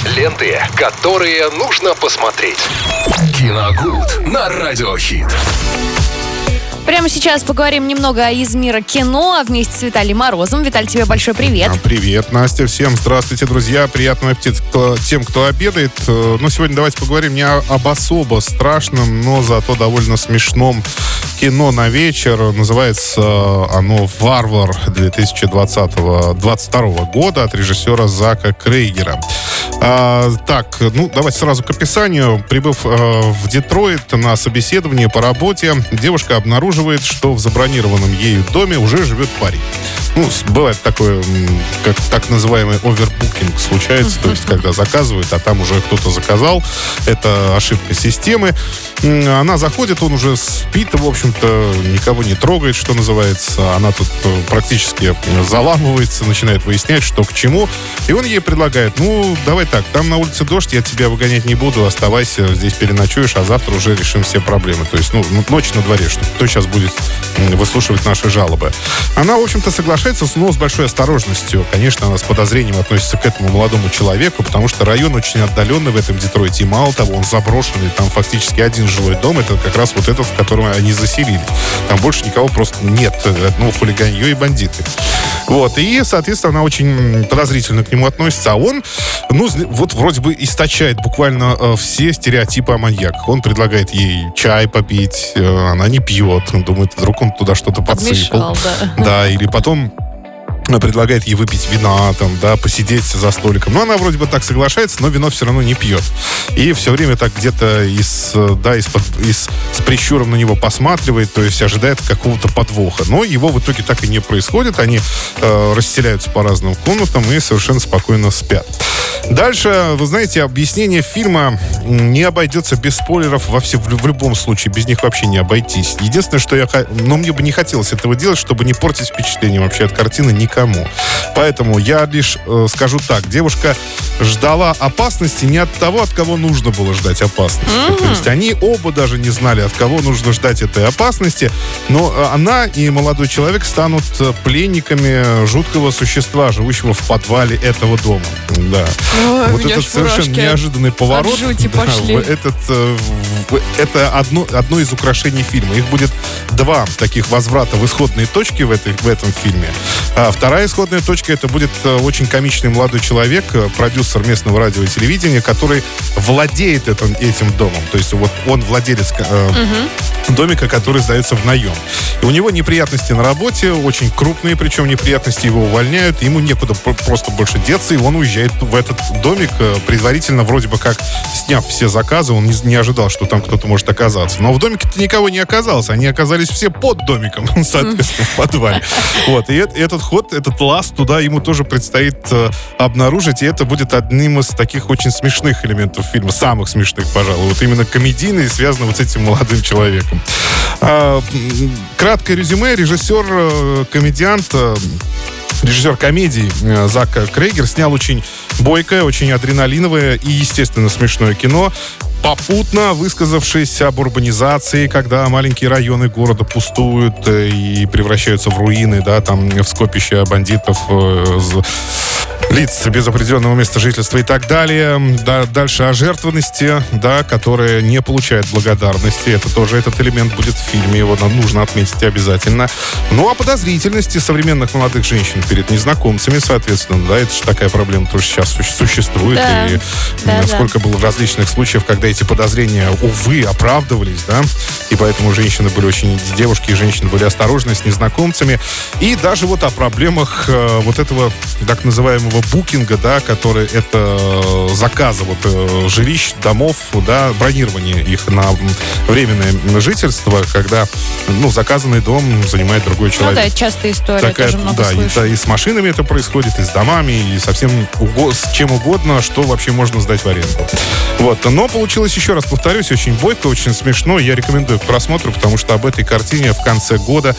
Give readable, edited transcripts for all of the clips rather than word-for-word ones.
Ленты, которые нужно посмотреть. Киногуд на Радиохит. Прямо сейчас поговорим немного из мира кино вместе с Виталием Морозом. Виталий, тебе большой привет. Привет, Настя. Всем здравствуйте, друзья. Приятного аппетита тем, кто обедает. Но сегодня давайте поговорим не об особо страшном, но зато довольно смешном кино на вечер. Называется оно «Варвар» 2022 года от режиссера Зака Крейгера. Давайте сразу к описанию. Прибыв в Детройт на собеседование по работе, девушка обнаруживает, что в забронированном ею доме уже живет парень. Бывает такое, как так называемый овербукинг случается, то есть когда заказывают, а там уже кто-то заказал. Это ошибка системы. Она заходит, он уже спит, в общем-то, никого не трогает, что называется. Она тут практически заламывается, начинает выяснять, что к чему. И он ей предлагает: давай так, там на улице дождь, я тебя выгонять не буду, оставайся, здесь переночуешь, а завтра уже решим все проблемы. То есть, ночь на дворе, что кто сейчас будет выслушивать наши жалобы. Она, в общем-то, соглашается, но с большой осторожностью. Конечно, она с подозрением относится к этому молодому человеку, потому что район очень отдаленный в этом Детройте. И мало того, он заброшенный, там фактически один жилой дом, это как раз вот этот, в котором они заселились. Там больше никого просто нет. Хулиганье и бандиты. И, соответственно, она очень подозрительно к нему относится. А он, вроде бы источает буквально все стереотипы о маньяках. Он предлагает ей чай попить, она не пьет. Думает, вдруг он туда что-то подсыпал. Да, или потом предлагает ей выпить вина, посидеть за столиком. Она вроде бы так соглашается, но вино все равно не пьет. И все время так где-то с прищуром на него посматривает, то есть ожидает какого-то подвоха. Но его в итоге так и не происходит. Они расселяются по разным комнатам и совершенно спокойно спят. Дальше, вы знаете, объяснение фильма не обойдется без спойлеров в любом случае. Без них вообще не обойтись. Единственное, что мне бы не хотелось этого делать, чтобы не портить впечатление вообще от картины никому. Поэтому я лишь скажу так. Девушка ждала опасности не от того, от кого нужно было ждать опасности. То есть они оба даже не знали, от кого нужно ждать этой опасности. Но она и молодой человек станут пленниками жуткого существа, живущего в подвале этого дома. Да. Этот совершенно неожиданный поворот. Это одно из украшений фильма. Их будет два таких возврата в исходные точки в этом фильме. Вторая исходная точка — это будет очень комичный молодой человек, продюсер местного радио и телевидения, который владеет этим домом. То есть он владелец домика, который сдается в наем. И у него неприятности на работе, очень крупные, причем неприятности, его увольняют, ему некуда просто больше деться, и он уезжает в этот домик, предварительно вроде бы как сняв все заказы. Он не ожидал, что там кто-то может оказаться. Но в домике-то никого не оказалось. Они оказались все под домиком, соответственно, в подвале. И этот лаз туда ему тоже предстоит обнаружить, и это будет одним из таких очень смешных элементов фильма, самых смешных, пожалуй. Именно комедийный, связанный с этим молодым человеком. Краткое резюме. Режиссер комедии Зак Крейгер снял очень бойкое, очень адреналиновое и, естественно, смешное кино, попутно высказавшись об урбанизации, когда маленькие районы города пустуют и превращаются в руины, в скопище бандитов, лиц без определенного места жительства и так далее. Дальше о жертвенности, которая не получает благодарности. Это тоже этот элемент будет в фильме, его нужно отметить обязательно. О подозрительности современных молодых женщин перед незнакомцами, соответственно, это же такая проблема тоже сейчас существует. Сколько было различных случаев, когда эти подозрения, увы, оправдывались, и поэтому девушки и женщины были осторожны с незнакомцами. И даже о проблемах этого так называемого букинга, который это заказы жилищ, домов, бронирование их на временное жительство, когда заказанный дом занимает другой человек. Это частая история, тоже много слышу. И с машинами это происходит, и с домами, и совсем с чем угодно, что вообще можно сдать в аренду. Но получилось, еще раз повторюсь, очень бойко, очень смешно. Я рекомендую к просмотру, потому что об этой картине в конце года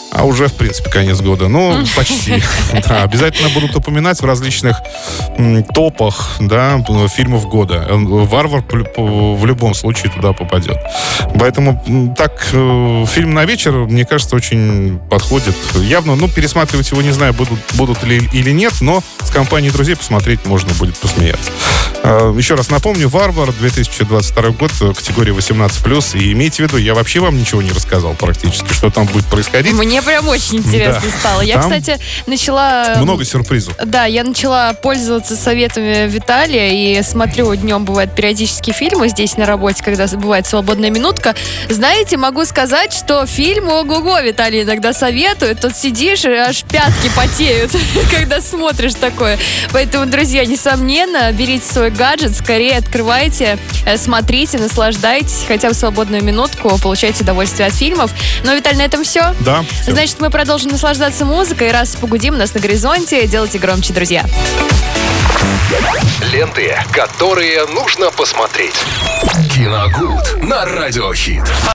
А уже, в принципе, конец года. Ну, почти. Да, обязательно будут упоминать в различных топах, да, фильмов года. «Варвар» в любом случае туда попадет. Поэтому так фильм на вечер, мне кажется, очень подходит. Явно, пересматривать его не знаю, будут ли или нет, но с компанией друзей посмотреть можно будет посмеяться. Еще раз напомню, «Варвар», 2022 год, категория 18+. И имейте в виду, я вообще вам ничего не рассказал практически, что там будет происходить. Мне прям очень интересно стало. Я, кстати, начала... Много сюрпризов. Да, я начала пользоваться советами Виталия и смотрю днем, бывает, периодически фильмы здесь на работе, когда бывает свободная минутка. Знаете, могу сказать, что фильм ого-го Виталий иногда советует. Тут сидишь, и аж пятки потеют, когда смотришь такое. Поэтому, друзья, несомненно, берите свой гаджет, скорее открывайте, смотрите, наслаждайтесь, хотя бы свободную минутку, получайте удовольствие от фильмов. Ну, Виталий, на этом все? Да. Все. Значит, мы продолжим наслаждаться музыкой. Раз погудим нас на горизонте, делайте громче, друзья. Ленты, которые нужно посмотреть. Киногуд на Радиохит.